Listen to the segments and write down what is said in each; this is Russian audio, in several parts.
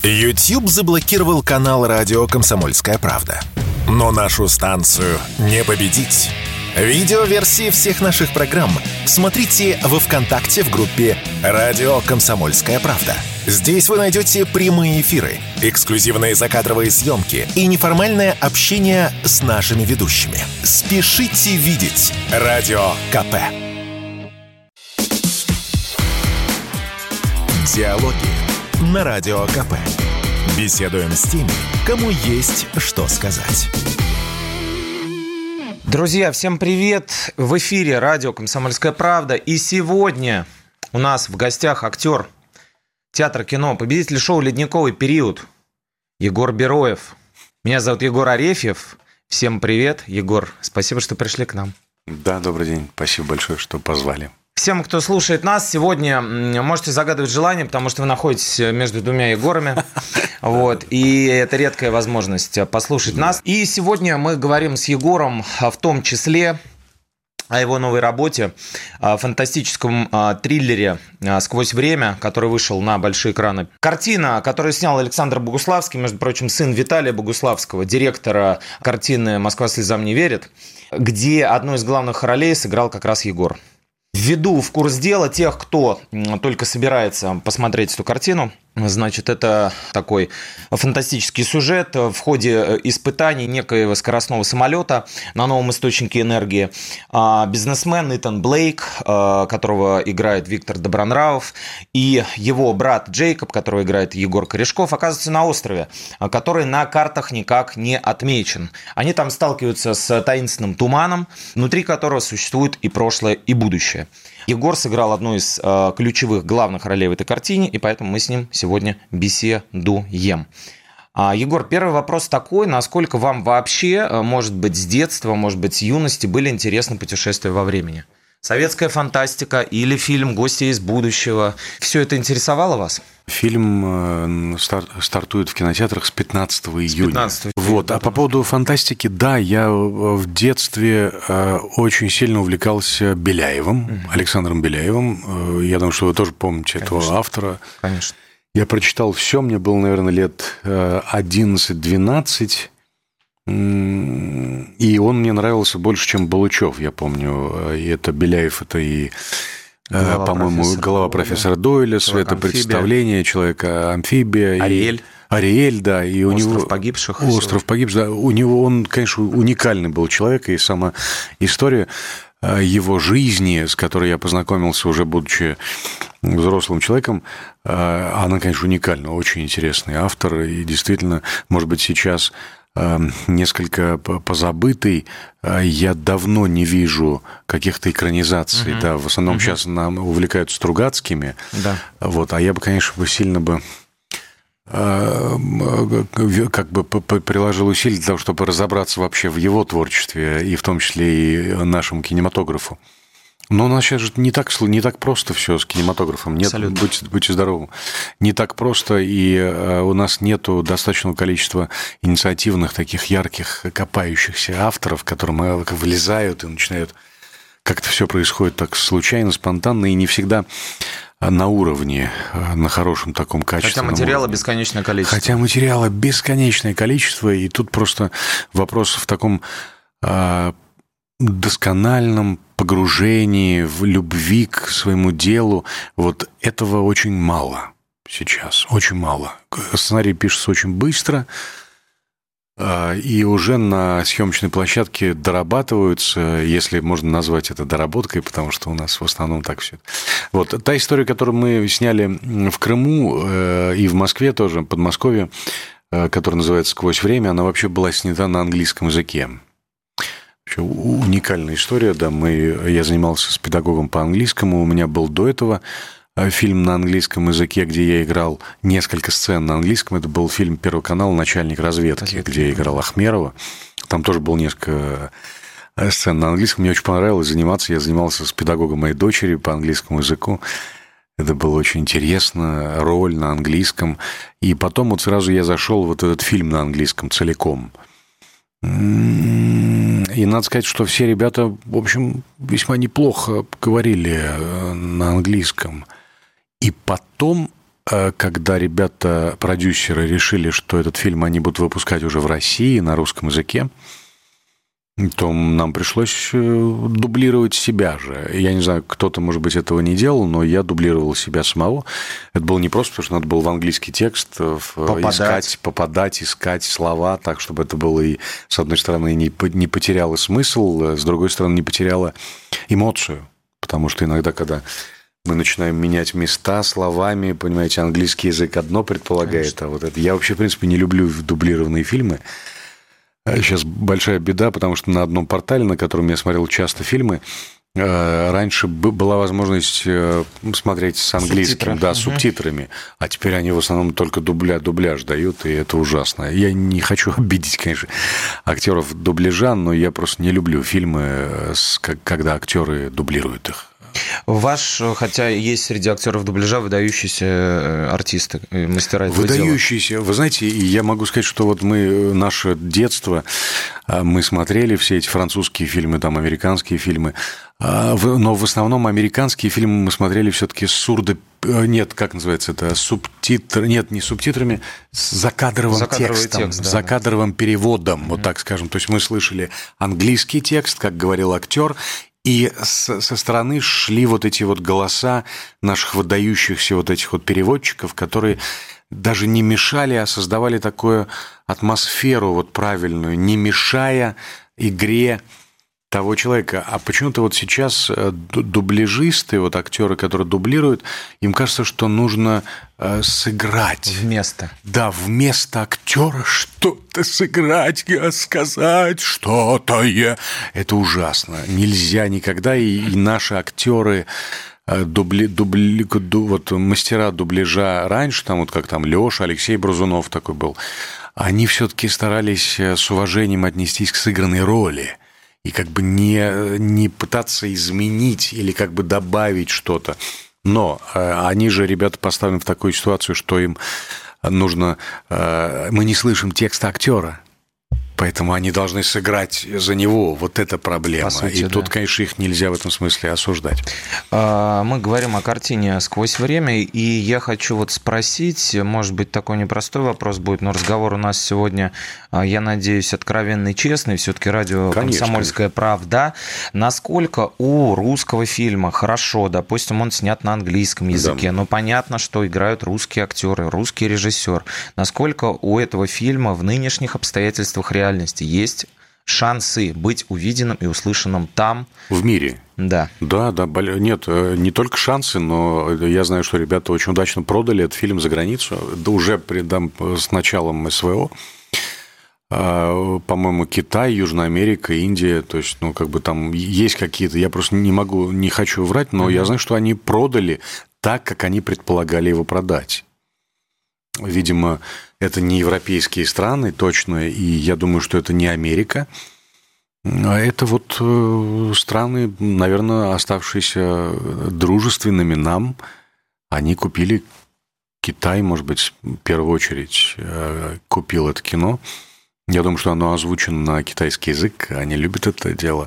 YouTube заблокировал канал «Радио Комсомольская правда». Но нашу станцию не победить. Видеоверсии всех наших программ смотрите во ВКонтакте в группе «Радио Комсомольская правда». Здесь вы найдете прямые эфиры, эксклюзивные закадровые съемки и неформальное общение с нашими ведущими. Спешите видеть Радио КП. Диалоги на Радио КП. Беседуем с теми, кому есть что сказать. Друзья, всем привет! В эфире радио «Комсомольская правда». И сегодня у нас в гостях актер театра кино, победитель шоу «Ледниковый период» Егор Бероев. Меня зовут Егор Арефьев. Всем привет. Егор, спасибо, что пришли к нам. Да, добрый день. Спасибо большое, что позвали. Всем, кто слушает нас, сегодня можете загадывать желание, потому что вы находитесь между двумя Егорами. Вот, и это редкая возможность послушать нас. И сегодня мы говорим с Егором в том числе о его новой работе, о фантастическом триллере «Сквозь время», который вышел на большие экраны. Картина, которую снял Александр Богуславский, между прочим, сын Виталия Богуславского, директора картины «Москва слезам не верит», где одну из главных ролей сыграл как раз Егор. Введу в курс дела тех, кто только собирается посмотреть эту картину. Значит, это такой фантастический сюжет. В ходе испытаний некоего скоростного самолета на новом источнике энергии бизнесмен Итан Блейк, которого играет Виктор Добронравов, и его брат Джейкоб, которого играет Егор Корешков, оказываются на острове, который на картах никак не отмечен. Они там сталкиваются с таинственным туманом, внутри которого существует и прошлое, и будущее. Егор сыграл одну из ключевых главных ролей в этой картине, и поэтому мы с ним сегодня беседуем. Егор, первый вопрос такой: насколько вам вообще, может быть, с детства, может быть, с юности были интересны путешествия во времени? Советская фантастика или фильм «Гости из будущего»? Все это интересовало вас? Фильм стартует в кинотеатрах с 15 июня. 15 июня. Вот. А по поводу фантастики, да, я в детстве очень сильно увлекался Беляевым, Александром Беляевым. Я думаю, что вы тоже помните этого автора. Конечно. Я прочитал все, мне было, наверное, лет 11-12. И он мне нравился больше, чем Балучев, я помню. И это Беляев, это и, по-моему, голова профессора Дойля, светопредставление, человека-амфибия. Ариэль, да. И у Остров него... погибших. Остров погибших, да. У него он, конечно, уникальный был человек, и сама история его жизни, с которой я познакомился, уже будучи взрослым человеком, она, конечно, уникальна, очень интересный автор, и действительно, может быть, сейчас несколько позабытый. Я давно не вижу каких-то экранизаций. Да, в основном сейчас нам увлекаются Стругацкими. Да. Вот, а я бы, конечно, сильно бы как бы приложил усилия для того, чтобы разобраться вообще в его творчестве, и в том числе и нашему кинематографу. Но у нас сейчас же не так просто все с кинематографом. Нет, будьте здоровы. Не так просто, и у нас нету достаточного количества инициативных, таких ярких, копающихся авторов, которые влезают и начинают... Как-то все происходит так случайно, спонтанно, и не всегда на уровне, на хорошем таком качественном. Хотя материала бесконечное количество. И тут просто вопрос в таком доскональном погружении, в любви к своему делу. Вот этого очень мало сейчас, очень мало. Сценарий пишется очень быстро, и уже на съемочной площадке дорабатываются, если можно назвать это доработкой, потому что у нас в основном так все. Вот та история, которую мы сняли в Крыму и в Москве тоже, Подмосковье, которая называется «Сквозь время», она вообще была снята на английском языке. Уникальная история, да. Я занимался с педагогом по английскому, у меня был до этого фильм на английском языке, где я играл несколько сцен на английском. Это был фильм Первого канала «Начальник разведки», где я играл Ахмерова. Там тоже было несколько сцен на английском. Мне очень понравилось заниматься. Я занимался с педагогом моей дочери по английскому языку. Это было очень интересно, роль на английском. И потом вот сразу я зашел в вот этот фильм на английском целиком. И надо сказать, что все ребята, в общем, весьма неплохо говорили на английском. И потом когда ребята-продюсеры решили, что этот фильм они будут выпускать уже в России на русском языке, то нам пришлось дублировать себя же. Я не знаю, кто-то, может быть, этого не делал, но я дублировал себя самого. Это было не просто, потому что надо было в английский текст искать слова так, чтобы это было и, с одной стороны, не потеряло смысл, с другой стороны, не потеряло эмоцию. Потому что иногда, когда мы начинаем менять места словами, понимаете, английский язык одно предполагает, конечно. А вот это... Я вообще, в принципе, не люблю дублированные фильмы. Сейчас большая беда, потому что на одном портале, на котором я смотрел часто фильмы, раньше была возможность смотреть с английским, с субтитрами, а теперь они в основном только дубляж дают, и это ужасно. Я не хочу обидеть, конечно, актеров дубляжа, но я просто не люблю фильмы, когда актеры дублируют их. Хотя есть среди актеров дубляжа выдающиеся артисты, мастера этого дела. Выдающиеся. Вы знаете, я могу сказать, что вот наше детство, мы смотрели все эти французские фильмы, там, американские фильмы, но в основном американские фильмы мы смотрели все-таки с субтитрами, с закадровым текстом, закадровым переводом, вот так скажем. То есть мы слышали английский текст, как говорил актер, и со стороны шли вот эти вот голоса наших выдающихся вот этих вот переводчиков, которые даже не мешали, а создавали такую атмосферу вот правильную, не мешая игре того человека. А почему-то вот сейчас дубляжисты, вот актеры, которые дублируют, им кажется, что нужно сыграть. Вместо. Да, вместо актера что-то сыграть, сказать что-то. Это ужасно. Нельзя никогда. И наши актеры, вот мастера дубляжа раньше, там вот как там Лёша, Алексей Бразунов такой был, они все-таки старались с уважением отнестись к сыгранной роли. И как бы не пытаться изменить или как бы добавить что-то. Но они же, ребята, поставлены в такую ситуацию, что им нужно... Мы не слышим текста актера, поэтому они должны сыграть за него. Вот это проблема. Сути, и тут, конечно, их нельзя в этом смысле осуждать. Мы говорим о картине «Сквозь время», и я хочу вот спросить, может быть, такой непростой вопрос будет, но разговор у нас сегодня, я надеюсь, откровенный, честный, все-таки радио «Комсомольская правда». Насколько у русского фильма хорошо, допустим, он снят на английском языке, но понятно, что играют русские актеры, русский режиссер. Насколько у этого фильма в нынешних обстоятельствах реальности есть шансы быть увиденным и услышанным там? В мире? Да. Да. Нет, не только шансы, но я знаю, что ребята очень удачно продали этот фильм за границу, да уже с началом СВО. По-моему, Китай, Южная Америка, Индия, то есть, как бы там есть какие-то, я просто не хочу врать, но я знаю, что они продали так, как они предполагали его продать. Видимо, это не европейские страны точно, и я думаю, что это не Америка, а это вот страны, наверное, оставшиеся дружественными нам. Они купили, Китай, может быть, в первую очередь купил это кино. Я думаю, что оно озвучено на китайский язык, они любят это дело.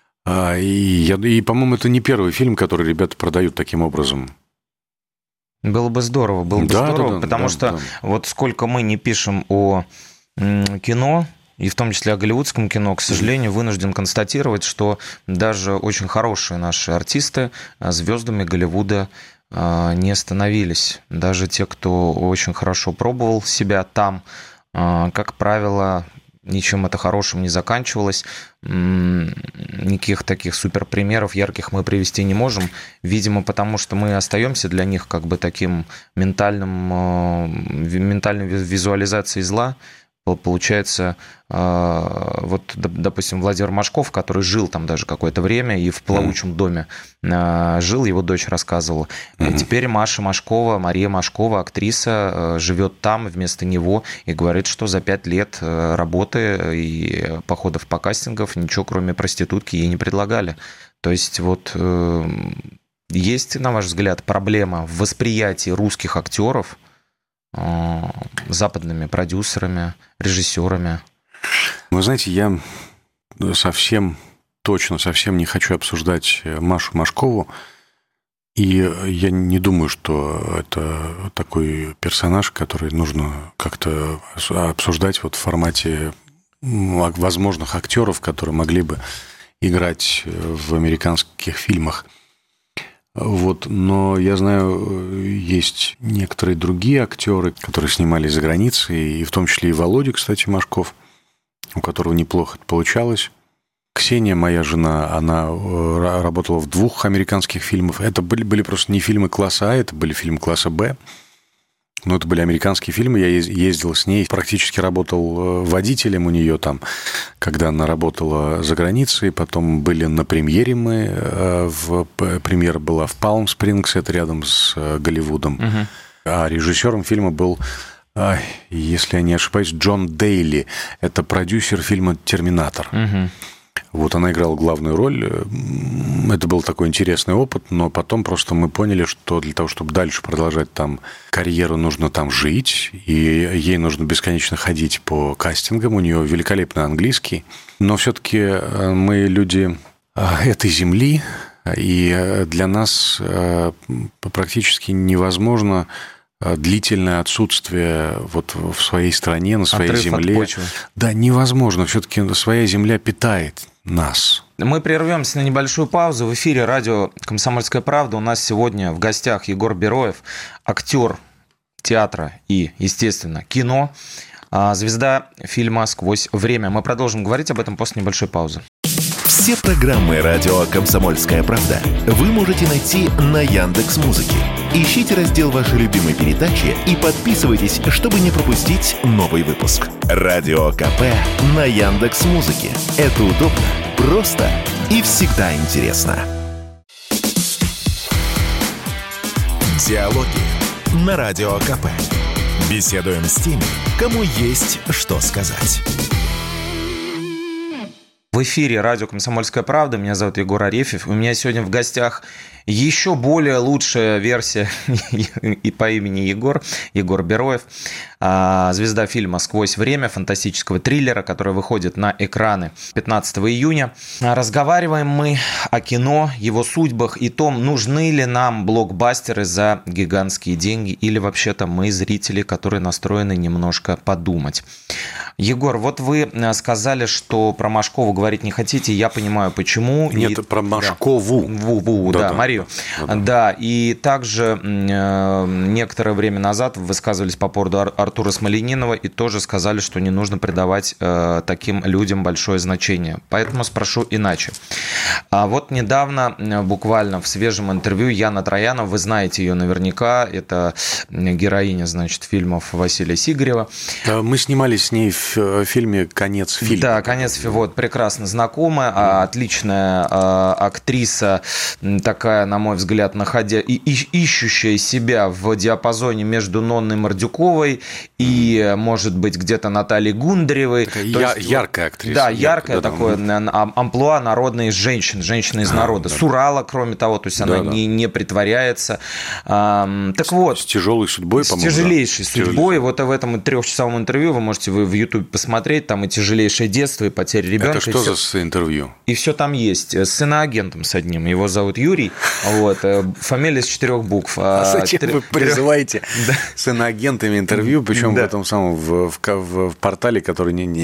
И по-моему, это не первый фильм, который ребята продают таким образом. Было бы здорово, потому что вот сколько мы не пишем о кино, и в том числе о голливудском кино, к сожалению, вынужден констатировать, что даже очень хорошие наши артисты звездами Голливуда не становились. Даже те, кто очень хорошо пробовал себя там, как правило, ничем это хорошим не заканчивалось. Никаких таких суперпримеров ярких мы привести не можем. Видимо, потому что мы остаемся для них как бы таким ментальной визуализацией зла. Получается, вот, допустим, Владимир Машков, который жил там даже какое-то время и в плавучем доме жил, его дочь рассказывала. Теперь Мария Машкова, актриса, живет там вместо него и говорит, что за 5 лет работы и походов по кастингов ничего, кроме проститутки, ей не предлагали. То есть вот есть, на ваш взгляд, проблема в восприятии русских актеров западными продюсерами, режиссерами? Вы знаете, я совсем не хочу обсуждать Машу Машкову, И я не думаю, что это такой персонаж, который нужно как-то обсуждать вот в формате возможных актеров, которые могли бы играть в американских фильмах. Вот. Но я знаю, есть некоторые другие актеры, которые снимались за границей, и в том числе и Володя, кстати, Машков, у которого неплохо это получалось. Ксения, моя жена, она работала в 2 американских фильмах. Это были просто не фильмы класса А, это были фильмы класса Б. Но это были американские фильмы. Я ездил с ней, практически работал водителем у нее там, когда она работала за границей. Потом были на премьере мы. Премьера была в Палм-Спрингс, это рядом с Голливудом. Угу. А режиссером фильма был, если я не ошибаюсь, Джон Дейли. Это продюсер фильма «Терминатор». Угу. Вот она играла главную роль. Это был такой интересный опыт, но потом просто мы поняли, что для того, чтобы дальше продолжать там карьеру, нужно там жить, и ей нужно бесконечно ходить по кастингам. У нее великолепный английский. Но все-таки мы люди этой земли, и для нас практически невозможно длительное отсутствие вот в своей стране, на своей земле. Да, невозможно. Все-таки своя земля питает нас. Мы прервемся на небольшую паузу. В эфире радио «Комсомольская правда». У нас сегодня в гостях Егор Бероев, актер театра и, естественно, кино, звезда фильма «Сквозь время». Мы продолжим говорить об этом после небольшой паузы. Все программы радио «Комсомольская правда» вы можете найти на Яндекс.Музыке. Ищите раздел вашей любимой передачи и подписывайтесь, чтобы не пропустить новый выпуск. Радио КП на Яндекс.Музыке. Это удобно, просто и всегда интересно. Диалоги на Радио КП. Беседуем с теми, кому есть что сказать. В эфире радио «Комсомольская правда». Меня зовут Егор Арефьев. У меня сегодня в гостях еще более лучшая версия и по имени Егор Бероев. Звезда фильма «Сквозь время», фантастического триллера, который выходит на экраны 15 июня. Разговариваем мы о кино, его судьбах и том, нужны ли нам блокбастеры за гигантские деньги или вообще-то мы зрители, которые настроены немножко подумать. Егор, вот вы сказали, что про Машкову говорить не хотите, я понимаю, почему. Нет, про Машкову. Да, Марию. Да, и также некоторое время назад высказывались по поводу Артура Смольянинова и тоже сказали, что не нужно придавать таким людям большое значение. Поэтому спрошу иначе. Вот недавно, буквально в свежем интервью, Яна Троянова, вы знаете ее наверняка, это героиня, значит, фильмов Василия Сигарева. Мы снимались с ней в фильме «Конец фильма». Да, «Конец фильма», вот, прекрасно знакомая, отличная актриса, такая, на мой взгляд, ищущая себя в диапазоне между Нонной Мордюковой и, может быть, где-то Натальей Гундаревой. Яркая актриса. Да, яркое такое амплуа народной женщины из народа. С Урала, кроме того, то есть она не притворяется. Так вот. С тяжелой судьбой, по-моему. С тяжелейшей судьбой. Вот в этом 3-часовом интервью вы можете в YouTube посмотреть, там и тяжелейшее детство, и потеря ребенка. Это что за интервью? И все там есть. С иноагентом с одним. Его зовут Юрий. Вот. Фамилия с 4 букв. Зачем вы призываете с иноагентами интервью, причем в этом самом в портале, который не...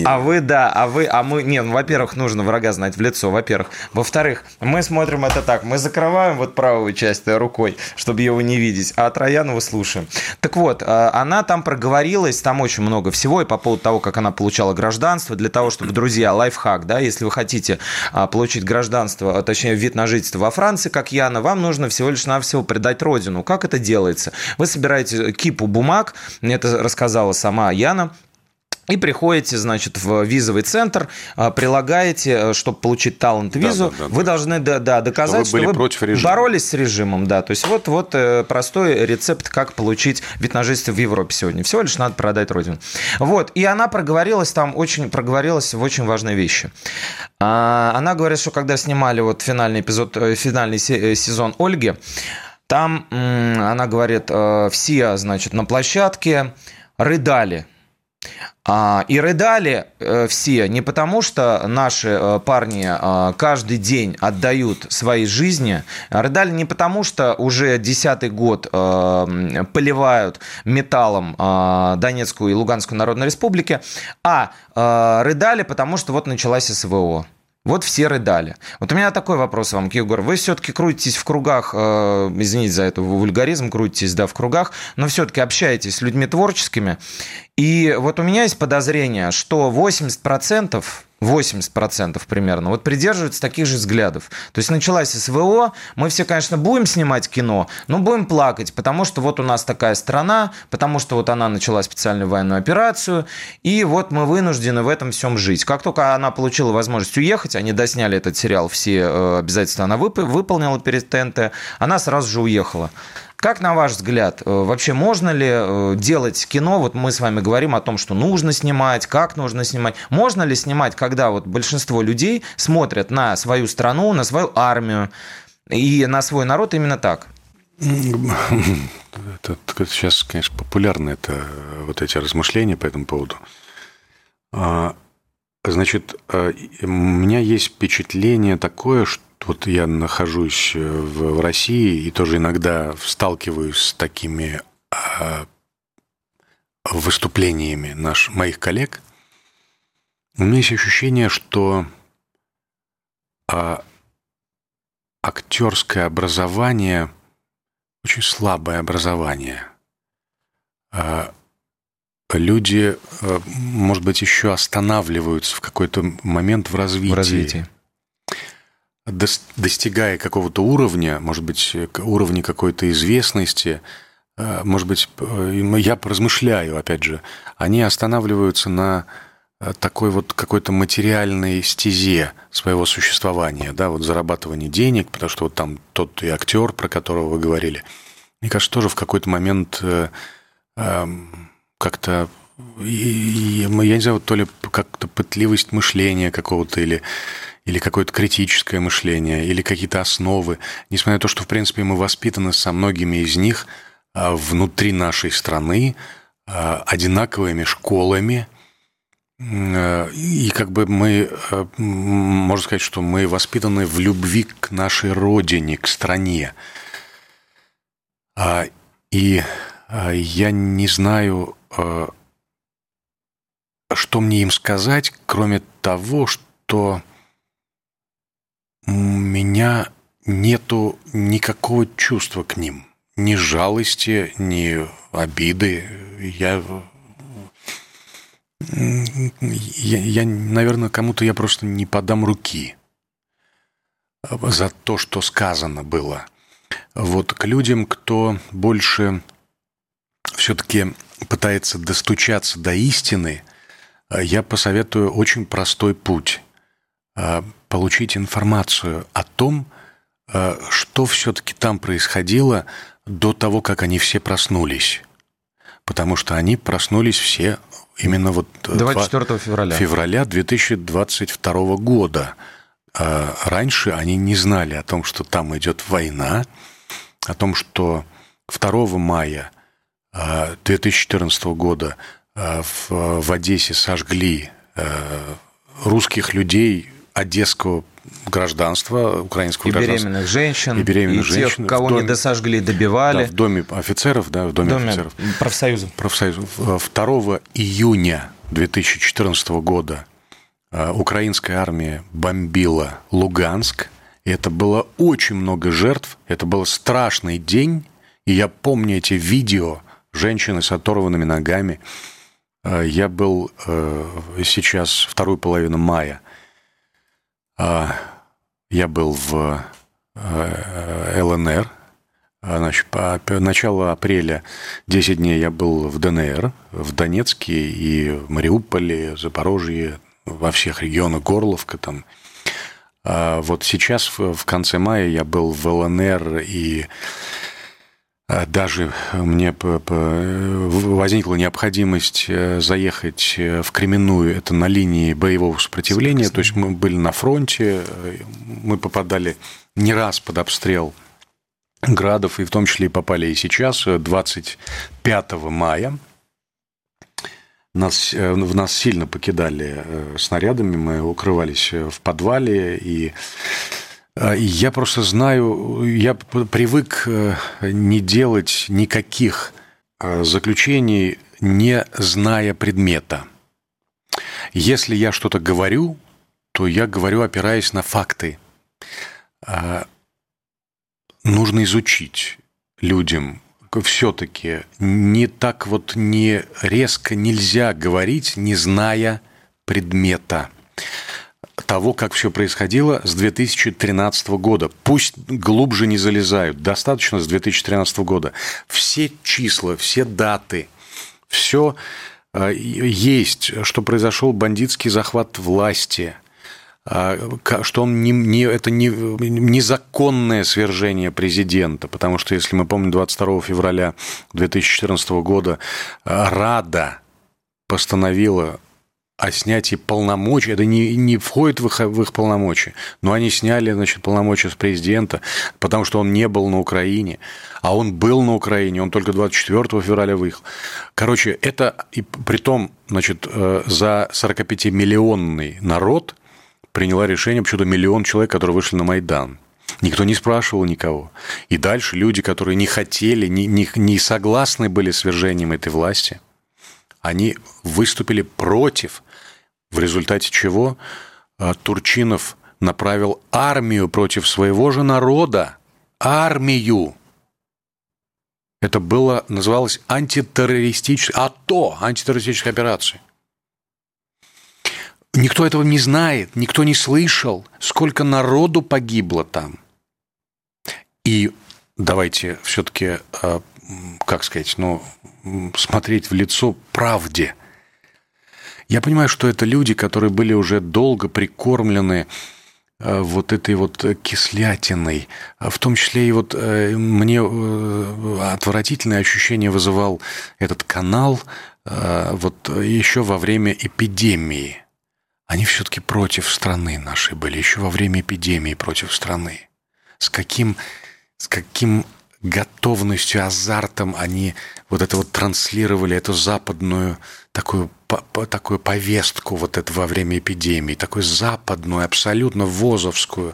во-первых, нужно врага знать в лицо, во-первых. Во-вторых, мы смотрим это так. Мы закрываем вот правую часть рукой, чтобы его не видеть, а Троянову слушаем. Так вот, она там проговорилась, там очень много всего, и по поводу того, как она получала гражданство, для того, чтобы, друзья, лайфхак, да, если вы хотите получить гражданство, точнее, вид на жительство во Франции, как Яна, вам нужно всего лишь навсего предать родину. Как это делается? Вы собираете кипу бумаг, это рассказала сама Яна, и приходите, значит, в визовый центр, прилагаете, чтобы получить талант-визу, вы должны доказать, что вы боролись с режимом. Да. То есть вот простой рецепт, как получить вид на жительство в Европе сегодня. Всего лишь надо продать родину. Вот. И она проговорилась в очень важной вещи. Она говорит, что когда снимали вот финальный сезон «Ольги», там, она говорит, все, значит, на площадке рыдали. И рыдали все не потому, что наши парни каждый день отдают своей жизни, рыдали не потому, что уже 10-й год поливают металлом Донецкую и Луганскую Народные Республики, а рыдали потому, что вот началась СВО. Вот все рыдали. Вот у меня такой вопрос вам, Егор. Вы все-таки крутитесь в кругах, извините за это вульгаризм, крутитесь, да, в кругах, но все-таки общаетесь с людьми творческими. И вот у меня есть подозрение, что 80% примерно вот придерживаются таких же взглядов. То есть началась СВО, мы все, конечно, будем снимать кино, но будем плакать, потому что вот у нас такая страна, потому что вот она начала специальную военную операцию, и вот мы вынуждены в этом всем жить. Как только она получила возможность уехать, они досняли этот сериал, все обязательства она выполнила перед ТНТ, она сразу же уехала. Как, на ваш взгляд, вообще можно ли делать кино? Вот мы с вами говорим о том, что нужно снимать, как нужно снимать. Можно ли снимать, когда вот большинство людей смотрят на свою страну, на свою армию и на свой народ именно так? Это сейчас, конечно, популярны вот эти размышления по этому поводу. Значит, у меня есть впечатление такое, что вот я нахожусь в России и тоже иногда сталкиваюсь с такими выступлениями моих коллег. У меня есть ощущение, что актерское образование очень слабое образование. Люди, может быть, еще останавливаются в какой-то момент в развитии. Достигая какого-то уровня, может быть, уровня какой-то известности, может быть, я поразмышляю, опять же, они останавливаются на такой вот какой-то материальной стезе своего существования, да, вот зарабатывание денег, потому что вот там тот и актер, про которого вы говорили, мне кажется, тоже в какой-то момент как-то, я не знаю, то ли как-то пытливость мышления какого-то или какое-то критическое мышление, или какие-то основы. Несмотря на то, что, в принципе, мы воспитаны со многими из них внутри нашей страны, одинаковыми школами, и как бы мы, можно сказать, что мы воспитаны в любви к нашей родине, к стране. И я не знаю, что мне им сказать, кроме того, что у меня нету никакого чувства к ним. Ни жалости, ни обиды. Я, наверное, кому-то я просто не подам руки за то, что сказано было. Вот к людям, кто больше все-таки пытается достучаться до истины, я посоветую очень простой путь. Получить информацию о том, что все-таки там происходило до того, как они все проснулись. Потому что они проснулись все именно вот 24 февраля 2022 года. Раньше они не знали о том, что там идет война, о том, что 2 мая 2014 года в Одессе сожгли русских людей одесского гражданства, украинского гражданства. Беременных женщин, и тех, кого не досожгли, добивали. Да, в доме офицеров, да, в доме офицеров. Профсоюза. 2 июня 2014 года украинская армия бомбила Луганск. И это было очень много жертв. Это был страшный день. И я помню эти видео женщины с оторванными ногами. Я был сейчас, вторую половину мая, я был в ЛНР. Значит, по началу апреля 10 дней я был в ДНР, в Донецке и в Мариуполе, Запорожье, во всех регионах, Горловка там. Вот сейчас, в конце мая, я был в ЛНР, и даже мне возникла необходимость заехать в Кременную, это на линии боевого сопротивления, то есть мы были на фронте, мы попадали не раз под обстрел градов, и в том числе и попали и сейчас, 25 мая нас сильно покидали снарядами, мы укрывались в подвале, и я просто знаю, я привык не делать никаких заключений, не зная предмета. Если я что-то говорю, то я говорю, опираясь на факты. Нужно изучить людям. Все-таки не так вот не резко нельзя говорить, не зная предмета того, как все происходило с 2013 года. Пусть глубже не залезают, достаточно с 2013 года. Все числа, все даты, все есть, что произошел бандитский захват власти, что это незаконное свержение президента, потому что, если мы помним, 22 февраля 2014 года Рада постановила о снятии полномочий, это не входит в их полномочия, но они сняли, значит, полномочия с президента, потому что он не был на Украине, а он был на Украине, он только 24 февраля выехал. Короче, это, и притом, значит, за 45-миллионный народ приняла решение почему-то 1 миллион человек, которые вышли на Майдан. Никто не спрашивал никого. И дальше люди, которые не хотели, не согласны были с свержением этой власти, они выступили против, в результате чего Турчинов направил армию против своего же народа. Армию! Это называлось антитеррористическая операция. Никто этого не знает, никто не слышал, сколько народу погибло там. И давайте все-таки, как сказать, смотреть в лицо правде. Я понимаю, что это люди, которые были уже долго прикормлены вот этой вот кислятиной. В том числе и вот мне отвратительное ощущение вызывал этот канал вот еще во время эпидемии. Они все-таки против страны нашей были, еще во время эпидемии против страны. С каким готовностью, азартом они вот это вот транслировали, эту западную такую повестку вот это во время эпидемии, такую западную, абсолютно возовскую.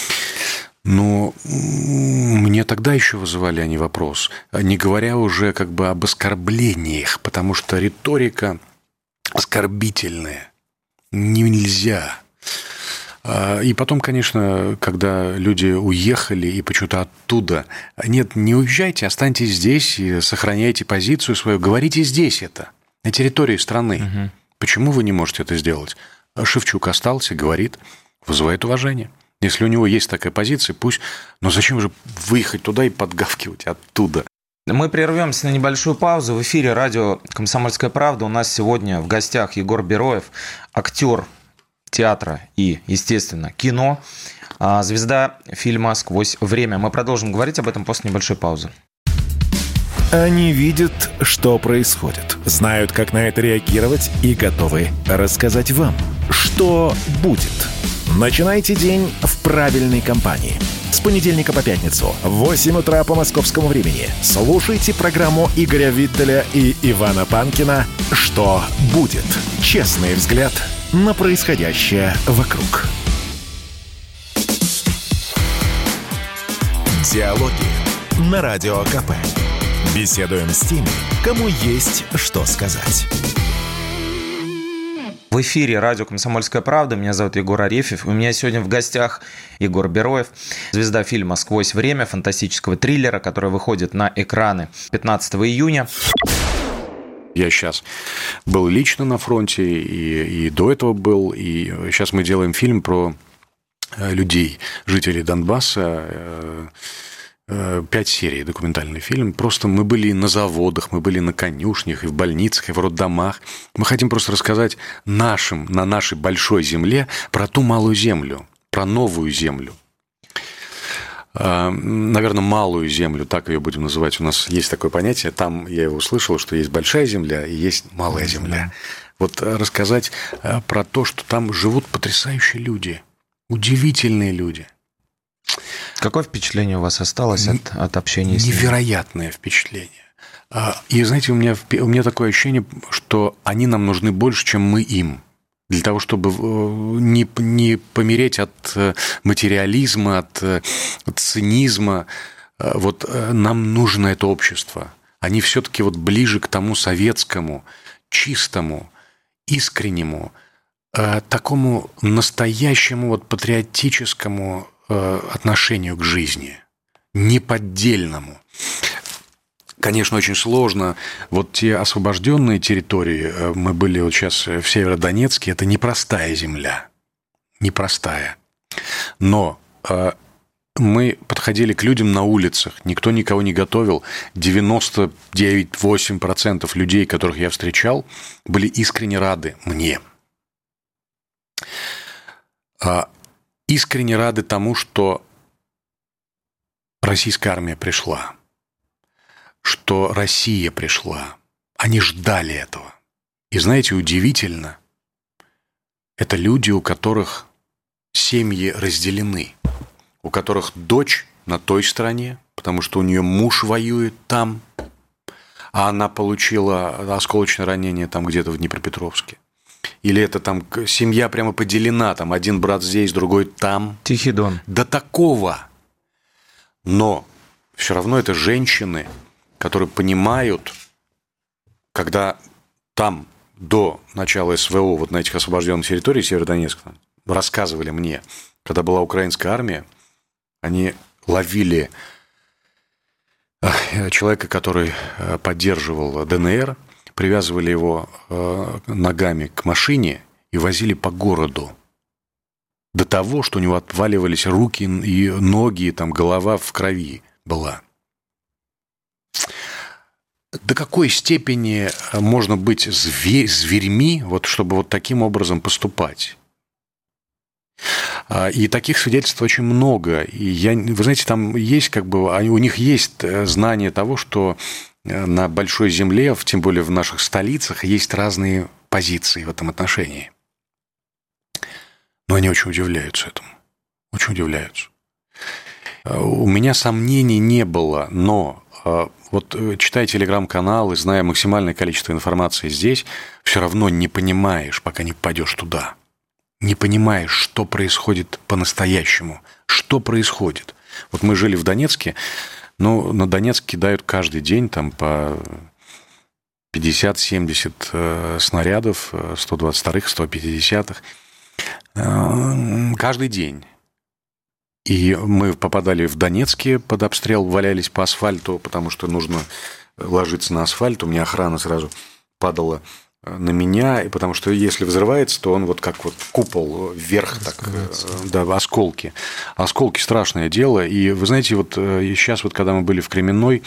Но мне тогда еще вызывали они вопрос, не говоря уже как бы об оскорблениях, потому что риторика оскорбительная. Нельзя. И потом, конечно, когда люди уехали и почему-то оттуда... Нет, не уезжайте, останьтесь здесь и сохраняйте позицию свою. Говорите здесь это, на территории страны. Угу. Почему вы не можете это сделать? Шевчук остался, говорит, вызывает уважение. Если у него есть такая позиция, пусть... Но зачем же выехать туда и подгавкивать оттуда? Мы прервемся на небольшую паузу. В эфире радио «Комсомольская правда». У нас сегодня в гостях Егор Бероев, актер театра и, естественно, кино, звезда фильма «Сквозь время». Мы продолжим говорить об этом после небольшой паузы. Они видят, что происходит, знают, как на это реагировать и готовы рассказать вам, что будет. Начинайте день в правильной компании. С понедельника по пятницу в 8 утра по московскому времени слушайте программу Игоря Виттеля и Ивана Панкина «Что будет?». Честный взгляд на происходящее вокруг. Диалоги на Радио КП. Беседуем с теми, кому есть что сказать. В эфире радио «Комсомольская правда». Меня зовут Егор Арефьев. У меня сегодня в гостях Егор Бероев, звезда фильма «Сквозь время», фантастического триллера, который выходит на экраны 15 июня. Я сейчас был лично на фронте, и до этого был, и сейчас мы делаем фильм про людей, жителей Донбасса. 5 серий, документальный фильм. Просто мы были на заводах, мы были на конюшнях, и в больницах, и в роддомах. Мы хотим просто рассказать на нашей большой земле про ту малую землю, про новую землю. Наверное, малую землю, так ее будем называть. У нас есть такое понятие, там я его услышал, что есть большая земля и есть малая земля. Вот рассказать про то, что там живут потрясающие люди, удивительные люди. Какое впечатление у вас осталось от общения с ними? Невероятное впечатление. И, знаете, у меня такое ощущение, что они нам нужны больше, чем мы им. Для того, чтобы не помереть от материализма, от цинизма. Вот нам нужно это общество. Они все-таки вот ближе к тому советскому, чистому, искреннему, такому настоящему вот патриотическому отношению к жизни, неподдельному. Конечно, очень сложно. Вот те освобожденные территории, мы были вот сейчас в Северодонецке, это непростая земля. Непростая. Но мы подходили к людям на улицах, никто никого не готовил. 99,8% людей, которых я встречал, были искренне рады мне. Искренне рады тому, что российская армия пришла. Что Россия пришла. Они ждали этого. И знаете, удивительно, это люди, у которых семьи разделены, у которых дочь на той стороне, потому что у нее муж воюет там, а она получила осколочное ранение там где-то в Днепропетровске. Или это там семья прямо поделена, там один брат здесь, другой там. Тихий Дон. До такого. Но все равно это женщины, которые понимают, когда там до начала СВО, вот на этих освобожденных территориях Северодонецка, рассказывали мне, когда была украинская армия, они ловили человека, который поддерживал ДНР, привязывали его ногами к машине и возили по городу. До того, что у него отваливались руки и ноги, там голова в крови была. До какой степени можно быть зверьми, вот, чтобы вот таким образом поступать? И таких свидетельств очень много. И вы знаете, там есть у них есть знание того, что на большой земле, тем более в наших столицах, есть разные позиции в этом отношении. Но они очень удивляются этому. Очень удивляются. У меня сомнений не было, но вот читая телеграм-канал и зная максимальное количество информации здесь, все равно не понимаешь, пока не попадешь туда. Не понимаешь, что происходит по-настоящему. Что происходит? Вот мы жили в Донецке, но на Донецк кидают каждый день там по 50-70 снарядов, 122-х, 150-х. Каждый день. И мы попадали в Донецке под обстрел, валялись по асфальту, потому что нужно ложиться на асфальт. У меня охрана сразу падала на меня, и потому что если взрывается, то он вот как вот купол вверх, так, да, осколки. Осколки – страшное дело. И вы знаете, вот сейчас, вот, когда мы были в Кременной,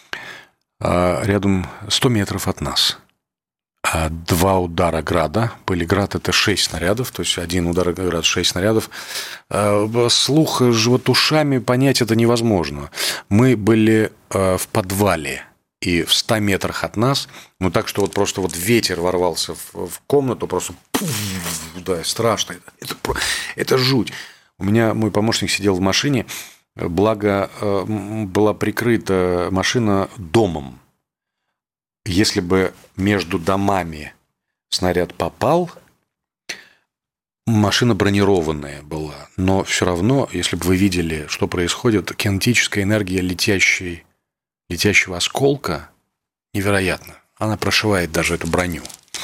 рядом 100 метров от нас, 2 удара града были. Град – это 6 снарядов, то есть один удар града – 6 снарядов. Слух вот ушами понять это невозможно. Мы были в подвале. И в 100 метрах от нас, ну так, что вот просто вот ветер ворвался в комнату, просто да, страшно. Это жуть. У меня мой помощник сидел в машине, благо была прикрыта машина домом. Если бы между домами снаряд попал, машина бронированная была, но все равно, если бы вы видели, что происходит, кинетическая энергия летящего осколка невероятно. Она прошивает даже эту броню.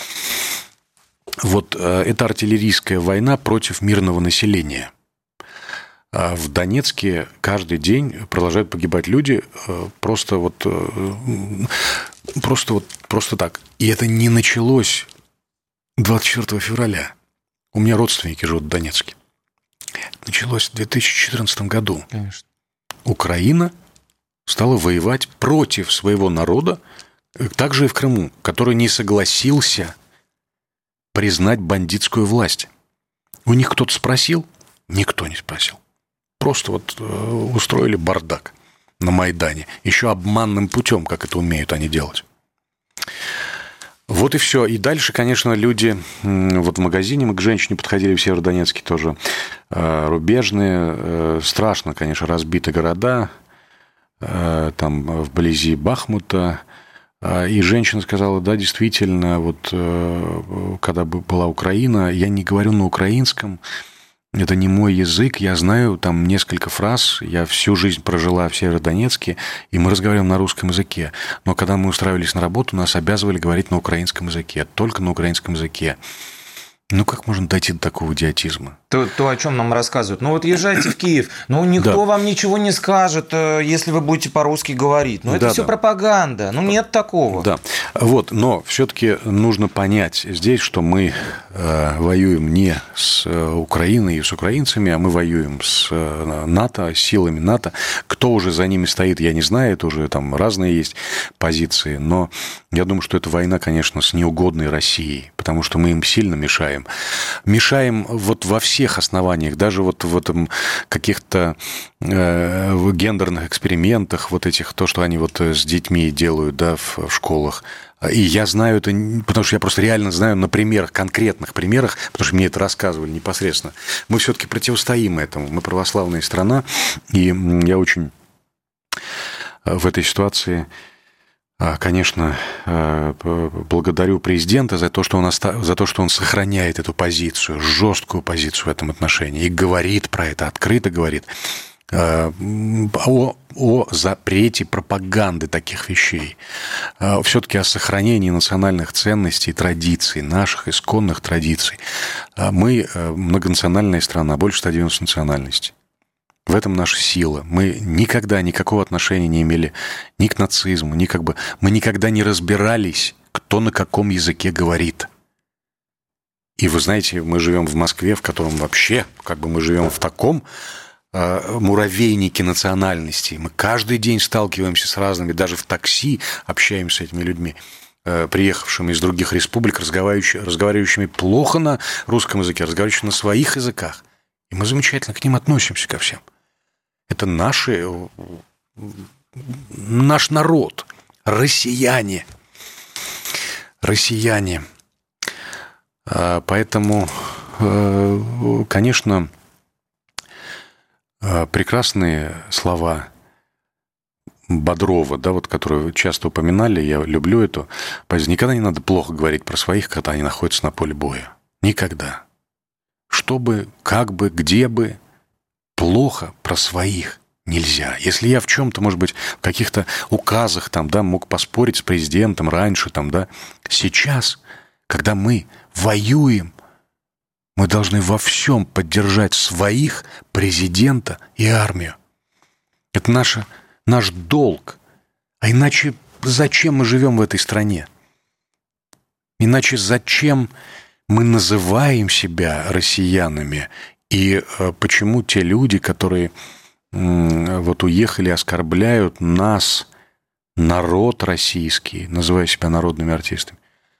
Вот это артиллерийская война против мирного населения. В Донецке каждый день продолжают погибать люди просто так. И это не началось 24 февраля. У меня родственники живут в Донецке. Началось в 2014 году. Конечно. Украина стала воевать против своего народа, также и в Крыму, который не согласился признать бандитскую власть. У них кто-то спросил? Никто не спросил. Просто вот устроили бардак на Майдане. Еще обманным путем, как это умеют они делать. Вот и все. И дальше, конечно, люди... Вот в магазине мы к женщине подходили в Северодонецке тоже. Рубежные. Страшно, конечно, разбиты города. Там вблизи Бахмута. И женщина сказала, да, действительно, вот когда была Украина, я не говорю на украинском, это не мой язык, я знаю там несколько фраз, я всю жизнь прожила в Северодонецке, и мы разговариваем на русском языке. Но когда мы устраивались на работу, нас обязывали говорить на украинском языке, только на украинском языке. Ну, как можно дойти до такого идиотизма? То, о чем нам рассказывают. Ну, вот езжайте в Киев, ну, никто вам ничего не скажет, если вы будете по-русски говорить. Ну, это все пропаганда, ну, нет такого. Да, вот, но все-таки нужно понять здесь, что мы воюем не с Украиной и с украинцами, а мы воюем с НАТО, с силами НАТО. Кто уже за ними стоит, я не знаю, это уже там разные есть позиции, но я думаю, что это война, конечно, с неугодной Россией, потому что мы им сильно мешаем. Мешаем вот во всех основаниях, даже вот в этом каких-то гендерных экспериментах, вот этих, то, что они вот с детьми делают, да, в школах. И я знаю это, потому что я просто реально знаю на примерах, конкретных примерах, потому что мне это рассказывали непосредственно. Мы все-таки противостоим этому. Мы православная страна, и я очень в этой ситуации... Конечно, благодарю президента за то, что он сохраняет эту позицию, жесткую позицию в этом отношении и говорит про это, открыто говорит о запрете пропаганды таких вещей, все-таки о сохранении национальных ценностей, традиций, наших исконных традиций. Мы многонациональная страна, больше 190 национальностей. В этом наша сила. Мы никогда никакого отношения не имели ни к нацизму, ни как бы... Мы никогда не разбирались, кто на каком языке говорит. И вы знаете, мы живем в Москве, в котором вообще, как бы мы живем в таком муравейнике национальностей. Мы каждый день сталкиваемся с разными, даже в такси общаемся с этими людьми, приехавшими из других республик, разговаривающими плохо на русском языке, разговаривающими на своих языках. И мы замечательно к ним относимся ко всем. Это наш народ, россияне. Поэтому, конечно, прекрасные слова Бодрова, да, вот, которые часто упоминали, я люблю эту позицию. Никогда не надо плохо говорить про своих, когда они находятся на поле боя. Никогда. Чтобы, как бы, где бы, плохо про своих нельзя. Если я в чем-то, может быть, в каких-то указах там, да, мог поспорить с президентом раньше, там, да, сейчас, когда мы воюем, мы должны во всем поддержать своих, президента и армию. Это наш долг. А иначе зачем мы живем в этой стране? Иначе зачем мы называем себя россиянами? И почему те люди, которые вот уехали, оскорбляют нас, народ российский, называя себя народными артистами,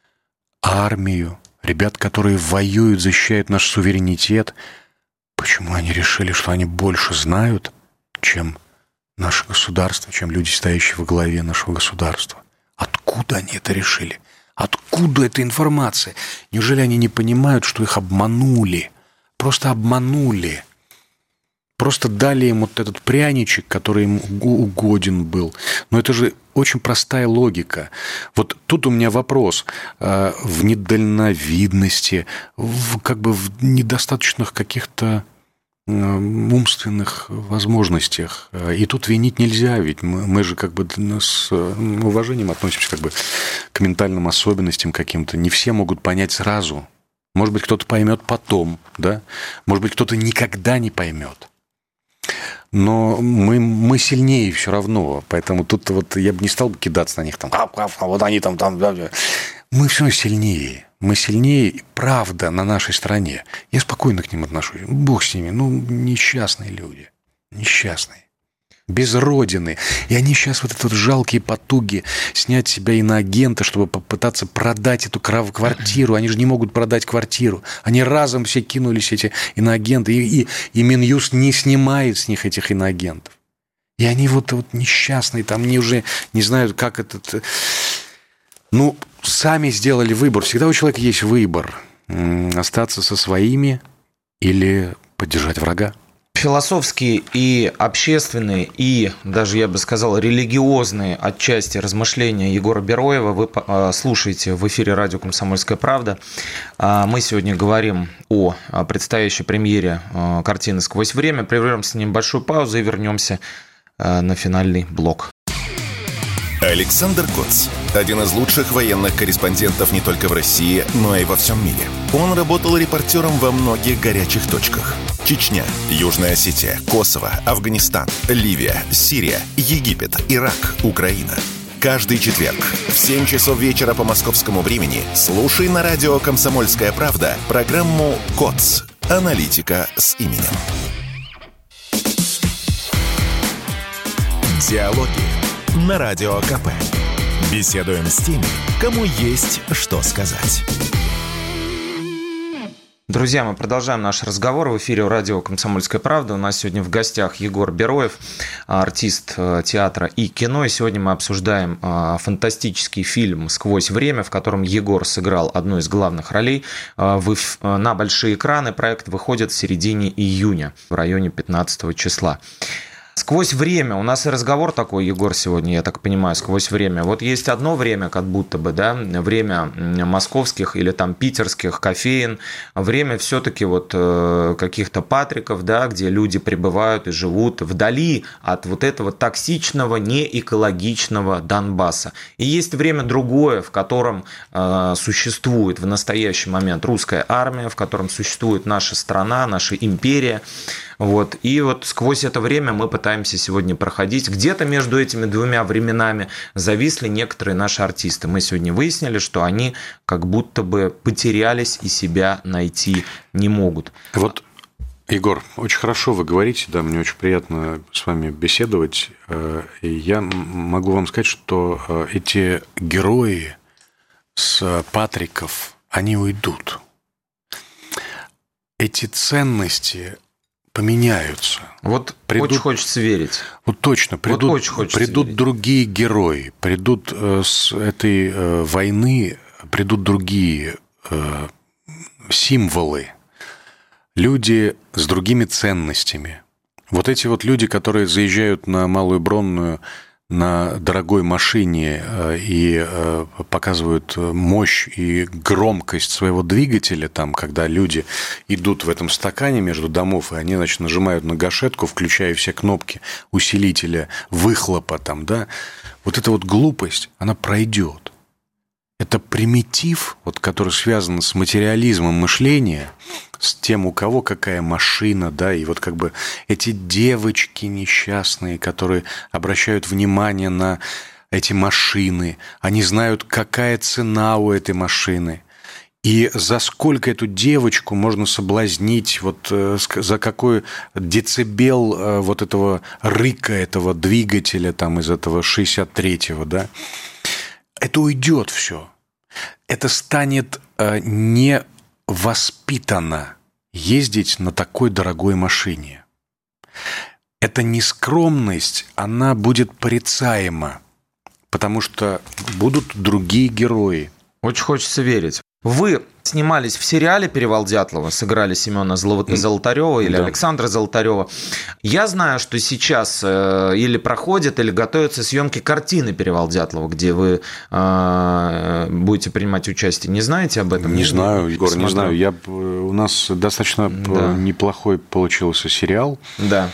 армию, ребят, которые воюют, защищают наш суверенитет, почему они решили, что они больше знают, чем наше государство, чем люди, стоящие во главе нашего государства? Откуда они это решили? Откуда эта информация? Неужели они не понимают, что их обманули? Просто обманули. Просто дали им вот этот пряничек, который им угоден был. Но это же очень простая логика. Вот тут у меня вопрос. В недальновидности, в недостаточных каких-то умственных возможностях. И тут винить нельзя, ведь мы же как бы с уважением относимся как бы к ментальным особенностям каким-то. Не все могут понять сразу. Может быть, кто-то поймет потом, да? Может быть, кто-то никогда не поймет. Но мы сильнее все равно, поэтому тут вот я бы не стал бы кидаться на них там, вот они там. Мы все равно сильнее. Мы сильнее, правда, на нашей стороне. Я спокойно к ним отношусь. Бог с ними. Несчастные люди. Несчастные. Без родины. И они сейчас вот эти вот жалкие потуги снять себя иноагента, чтобы попытаться продать эту квартиру. Они же не могут продать квартиру. Они разом все кинулись, эти иноагенты. И Минюст не снимает с них этих иноагентов. И они вот несчастные. Там они уже не знают, как этот... сами сделали выбор. Всегда у человека есть выбор. Остаться со своими или поддержать врага. Философские и общественные, и даже, я бы сказал, религиозные отчасти размышления Егора Бероева вы слушаете в эфире радио «Комсомольская правда». Мы сегодня говорим о предстоящей премьере картины «Сквозь время». Прервемся на небольшую паузу и вернемся на финальный блок. Александр Коц – один из лучших военных корреспондентов не только в России, но и во всем мире. Он работал репортером во многих горячих точках. Чечня, Южная Осетия, Косово, Афганистан, Ливия, Сирия, Египет, Ирак, Украина. Каждый четверг в 7 часов вечера по московскому времени слушай на радио «Комсомольская правда» программу «КОЦ. Аналитика с именем». Диалоги на Радио КП. Беседуем с теми, кому есть что сказать. Друзья, мы продолжаем наш разговор в эфире радио «Комсомольская правда». У нас сегодня в гостях Егор Бероев, артист театра и кино. И сегодня мы обсуждаем фантастический фильм «Сквозь время», в котором Егор сыграл одну из главных ролей. На большие экраны проект выходит в середине июня, в районе 15 числа. «Сквозь время». У нас и разговор такой, Егор, сегодня, я так понимаю, «Сквозь время». Вот есть одно время, как будто бы, да, время московских или там питерских кофеен, время все-таки вот каких-то Патриков, да, где люди пребывают и живут вдали от вот этого токсичного, неэкологичного Донбасса. И есть время другое, в котором существует в настоящий момент русская армия, в котором существует наша страна, наша империя. Вот. И вот сквозь это время мы пытаемся сегодня проходить. Где-то между этими двумя временами зависли некоторые наши артисты. Мы сегодня выяснили, что они как будто бы потерялись и себя найти не могут. Вот, Егор, очень хорошо вы говорите, да, мне очень приятно с вами беседовать. И я могу вам сказать, что эти герои с Патриков, они уйдут. Эти ценности поменяются. Вот очень хочется верить. Вот точно. Придут другие герои. Придут с этой войны, придут другие символы. Люди с другими ценностями. Вот эти вот люди, которые заезжают на Малую Бронную на дорогой машине и показывают мощь и громкость своего двигателя, там, когда люди идут в этом стакане между домов, и они, значит, нажимают на гашетку, включая все кнопки усилителя, выхлопа, там, да, вот эта вот глупость, она пройдет. Это примитив, вот, который связан с материализмом мышления, с тем, у кого какая машина, да, и вот как бы эти девочки несчастные, которые обращают внимание на эти машины, они знают, какая цена у этой машины, и за сколько эту девочку можно соблазнить, вот за какой децибел вот этого рыка, этого двигателя, там, из этого 63-го, да, это уйдет все. Это станет невоспитанно ездить на такой дорогой машине. Эта нескромность, она будет порицаема, потому что будут другие герои. Очень хочется верить. Вы снимались в сериале «Перевал Дятлова», сыграли Семена Золотарева или Александра Золотарева. Я знаю, что сейчас или проходят, или готовятся съемки картины «Перевал Дятлова», где вы будете принимать участие. Не знаете об этом? Не знаю, Егор, не знаю. У нас достаточно неплохой получился сериал. Да.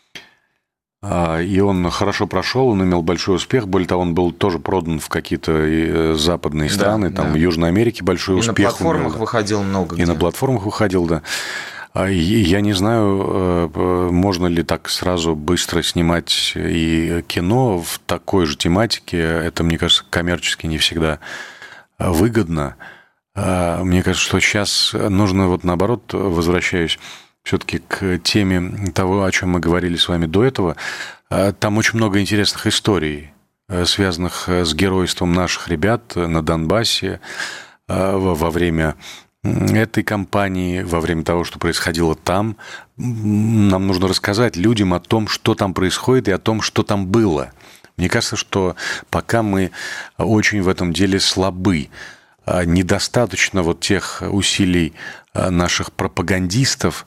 И он хорошо прошел, он имел большой успех. Более того, он был тоже продан в какие-то западные страны, там в Южной Америке большой успех. И на платформах выходил много где. И на платформах выходил, да. Я не знаю, можно ли так сразу быстро снимать и кино в такой же тематике. Это, мне кажется, коммерчески не всегда выгодно. Мне кажется, что сейчас нужно, вот наоборот, возвращаюсь все-таки к теме того, о чем мы говорили с вами до этого. Там очень много интересных историй, связанных с геройством наших ребят на Донбассе во время этой кампании, во время того, что происходило там. Нам нужно рассказать людям о том, что там происходит, и о том, что там было. Мне кажется, что пока мы очень в этом деле слабы. Недостаточно вот тех усилий наших пропагандистов,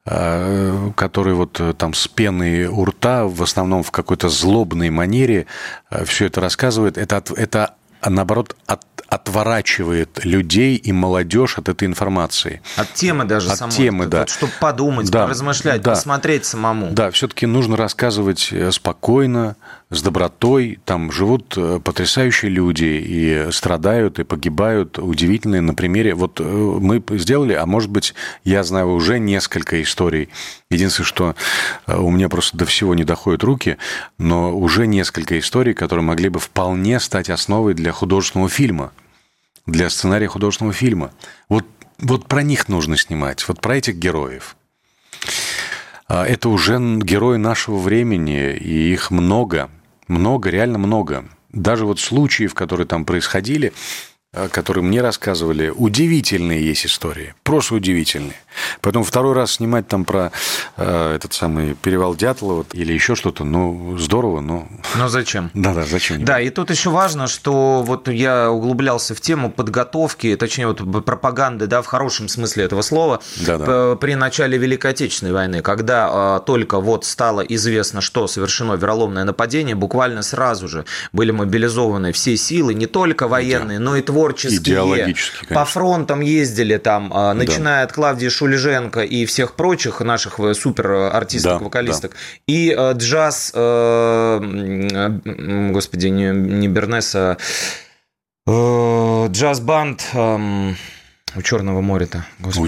который вот там с пеной у рта, в основном в какой-то злобной манере все это рассказывает, это наоборот, отворачивает людей и молодежь от этой информации. От темы даже от самой. Темы, да. Вот, чтобы подумать, поразмышлять, посмотреть самому. Да, все-таки нужно рассказывать спокойно, с добротой. Там живут потрясающие люди и страдают, и погибают. Удивительные на примере. Вот мы сделали, а может быть, я знаю уже несколько историй. Единственное, что у меня просто до всего не доходят руки, но уже несколько историй, которые могли бы вполне стать основой для художественного фильма, для сценария художественного фильма. Вот про них нужно снимать, вот про этих героев. Это уже герои нашего времени, и их много, реально много. Даже вот случаев, которые там происходили, которые мне рассказывали, удивительные есть истории, просто удивительные. Поэтому второй раз снимать там про этот самый перевал Дятлова или еще что-то, здорово, но... Но зачем? Да, зачем? Да, и тут еще важно, что вот я углублялся в тему подготовки, точнее, вот пропаганды, да, в хорошем смысле этого слова, при начале Великой Отечественной войны, когда только вот стало известно, что совершено вероломное нападение, буквально сразу же были мобилизованы все силы, не только военные, но и творческие. По фронтам ездили там, начиная от Клавдии Шульженко и всех прочих наших суперартисток, вокалисток, и джаз, господи, не Бернеса, джаз-банд... У Черного моря-то. Господи, у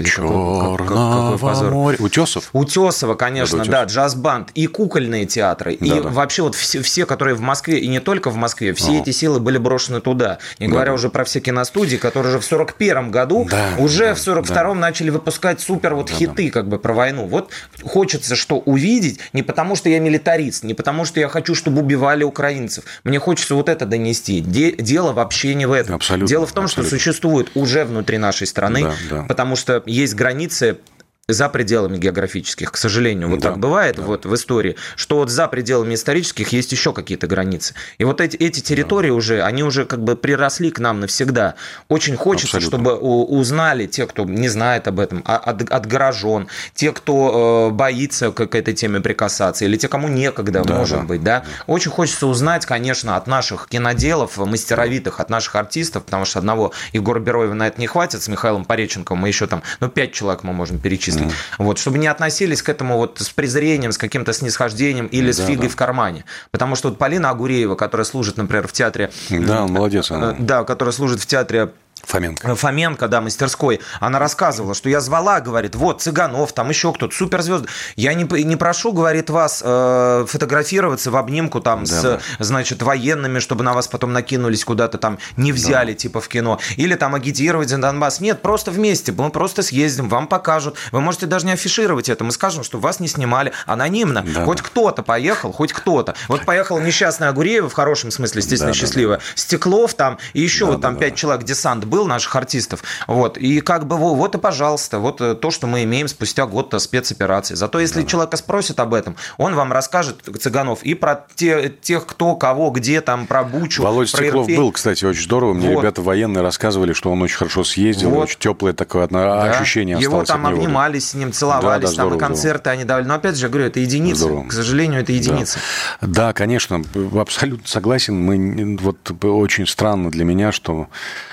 Черного моря. Утесова, конечно, да, джаз-банд. И кукольные театры. И вообще вот все, которые в Москве, и не только в Москве, все эти силы были брошены туда. Не говоря уже про все киностудии, которые уже в 1941 году, уже в 1942 начали выпускать супер хиты как бы про войну. Вот хочется что увидеть, не потому что я милитарист, не потому что я хочу, чтобы убивали украинцев. Мне хочется вот это донести. Дело вообще не в этом. Абсолютно, дело в том, что существует уже внутри нашей страны, потому что есть границы за пределами географических, к сожалению. Вот так бывает вот в истории, что вот за пределами исторических есть еще какие-то границы. И вот эти территории уже, они уже как бы приросли к нам навсегда. Очень хочется, чтобы узнали те, кто не знает об этом, от горожан, те, кто боится к этой теме прикасаться, или те, кому некогда, может быть. Да? Очень хочется узнать, конечно, от наших киноделов, мастеровитых, от наших артистов, потому что одного Егора Бероева на это не хватит, с Михаилом Пореченковым мы еще там, 5 человек мы можем перечислить. Вот, чтобы не относились к этому вот с презрением, с каким-то снисхождением или с фигой в кармане. Потому что вот Полина Агуреева, которая служит, например, в театре... Да, молодец она. Да, которая служит в театре... Фоменко, да, мастерской. Она рассказывала, что я звала, говорит, вот, Цыганов, там еще кто-то, суперзвезды. Я не прошу, говорит, вас фотографироваться в обнимку там значит, военными, чтобы на вас потом накинулись куда-то там, не взяли, типа в кино. Или там агитировать за Донбасс. Нет, просто вместе, мы просто съездим, вам покажут. Вы можете даже не афишировать это. Мы скажем, что вас не снимали анонимно. Хоть кто-то поехал, хоть кто-то. Вот поехала несчастная Агуреева, в хорошем смысле, естественно, счастливая. Стеклов там, и еще вот там 5 человек, десант был наших артистов. Вот. И как бы вот и пожалуйста, вот то, что мы имеем спустя год спецоперации. Зато если человека спросят об этом, он вам расскажет, Цыганов, и про тех, кто, кого, где, там, про Бучу. Володя Стеклов был, кстати, очень здорово. Мне ребята военные рассказывали, что он очень хорошо съездил, очень теплое такое ощущение осталось. Его там обнимались с ним, целовались, там и концерты они давали. Но опять же, я говорю, это единицы. Здорово. К сожалению, это единицы. Да, конечно, абсолютно согласен. Вот очень странно для меня, что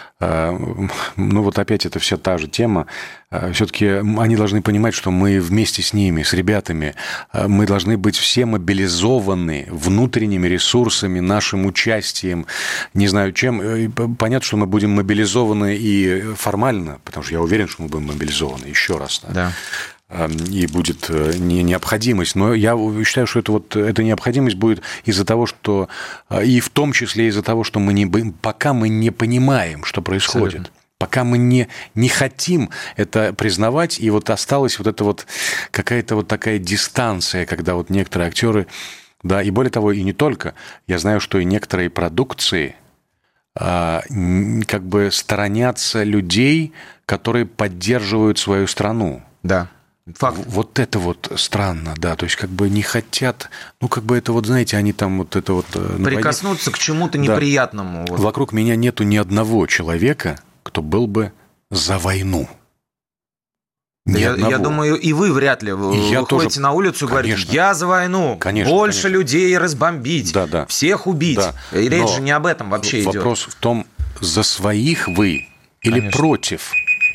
вот опять это вся та же тема. Все-таки они должны понимать, что мы вместе с ними, с ребятами, мы должны быть все мобилизованы внутренними ресурсами, нашим участием, не знаю чем. Понятно, что мы будем мобилизованы и формально, потому что я уверен, что мы будем мобилизованы еще раз. Да. И будет необходимость. Но я считаю, что эта необходимость будет из-за того, что... И в том числе из-за того, что пока мы не понимаем, что происходит. Абсолютно. Пока мы не хотим это признавать, и вот осталась вот эта вот какая-то вот такая дистанция, когда вот некоторые актеры... Да, и более того, и не только. Я знаю, что и некоторые продукции как бы сторонятся людей, которые поддерживают свою страну. Да. Факт. Вот это вот странно, да, то есть как бы не хотят, как бы это вот, знаете, они там вот это вот... Прикоснуться к чему-то неприятному. Вот. Вокруг меня нету ни одного человека, кто был бы за войну. Я думаю, и вы вряд ли выходите на улицу и говорите, я за войну, больше людей разбомбить, всех убить. Да. И речь же не об этом вообще идет. Вопрос в том, за своих вы или против.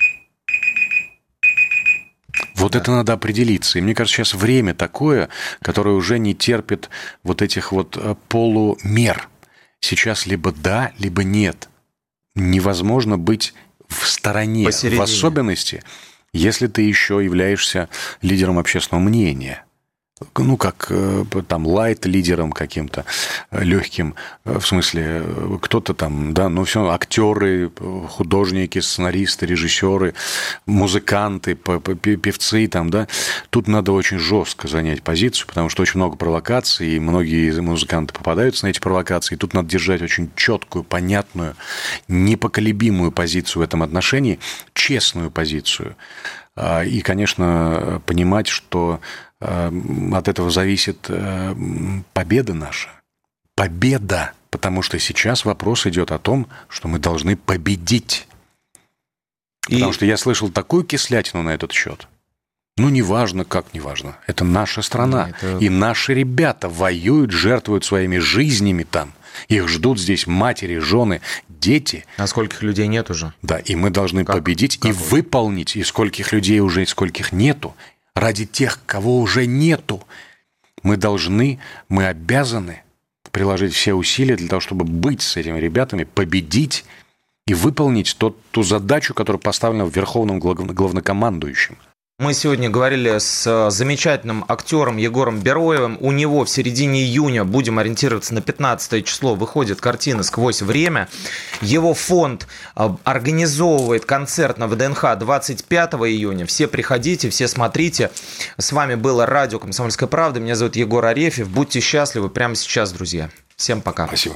Вот это надо определиться. И мне кажется, сейчас время такое, которое уже не терпит вот этих вот полумер. Сейчас либо да, либо нет. Невозможно быть в стороне, посередине. В особенности, если ты еще являешься лидером общественного мнения. Ну, как там лайт-лидером каким-то, легким, в смысле, кто-то там, да, ну, все, актеры, художники, сценаристы, режиссеры, музыканты, певцы там, да. Тут надо очень жестко занять позицию, потому что очень много провокаций, и многие музыканты попадаются на эти провокации, и тут надо держать очень четкую, понятную, непоколебимую позицию в этом отношении, честную позицию. И, конечно, понимать, что от этого зависит победа наша. Победа. Потому что сейчас вопрос идет о том, что мы должны победить. Потому что я слышал такую кислятину на этот счет. Ну, неважно, как неважно. Это наша страна. И наши ребята воюют, жертвуют своими жизнями там. Их ждут здесь матери, жены, дети. А скольких людей нет уже? Да, и мы должны победить и выполнить. И скольких людей уже, и скольких нету. Ради тех, кого уже нету. Мы обязаны приложить все усилия для того, чтобы быть с этими ребятами, победить и выполнить ту задачу, которая поставлена верховным главнокомандующим. Мы сегодня говорили с замечательным актером Егором Бероевым. У него в середине июня, будем ориентироваться на 15 число, выходит картина «Сквозь время». Его фонд организовывает концерт на ВДНХ 25 июня. Все приходите, все смотрите. С вами было радио «Комсомольская правда». Меня зовут Егор Арефьев. Будьте счастливы прямо сейчас, друзья. Всем пока. Спасибо.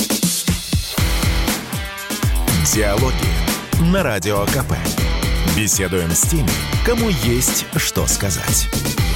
Диалоги на Радио КП. Беседуем с теми, кому есть что сказать.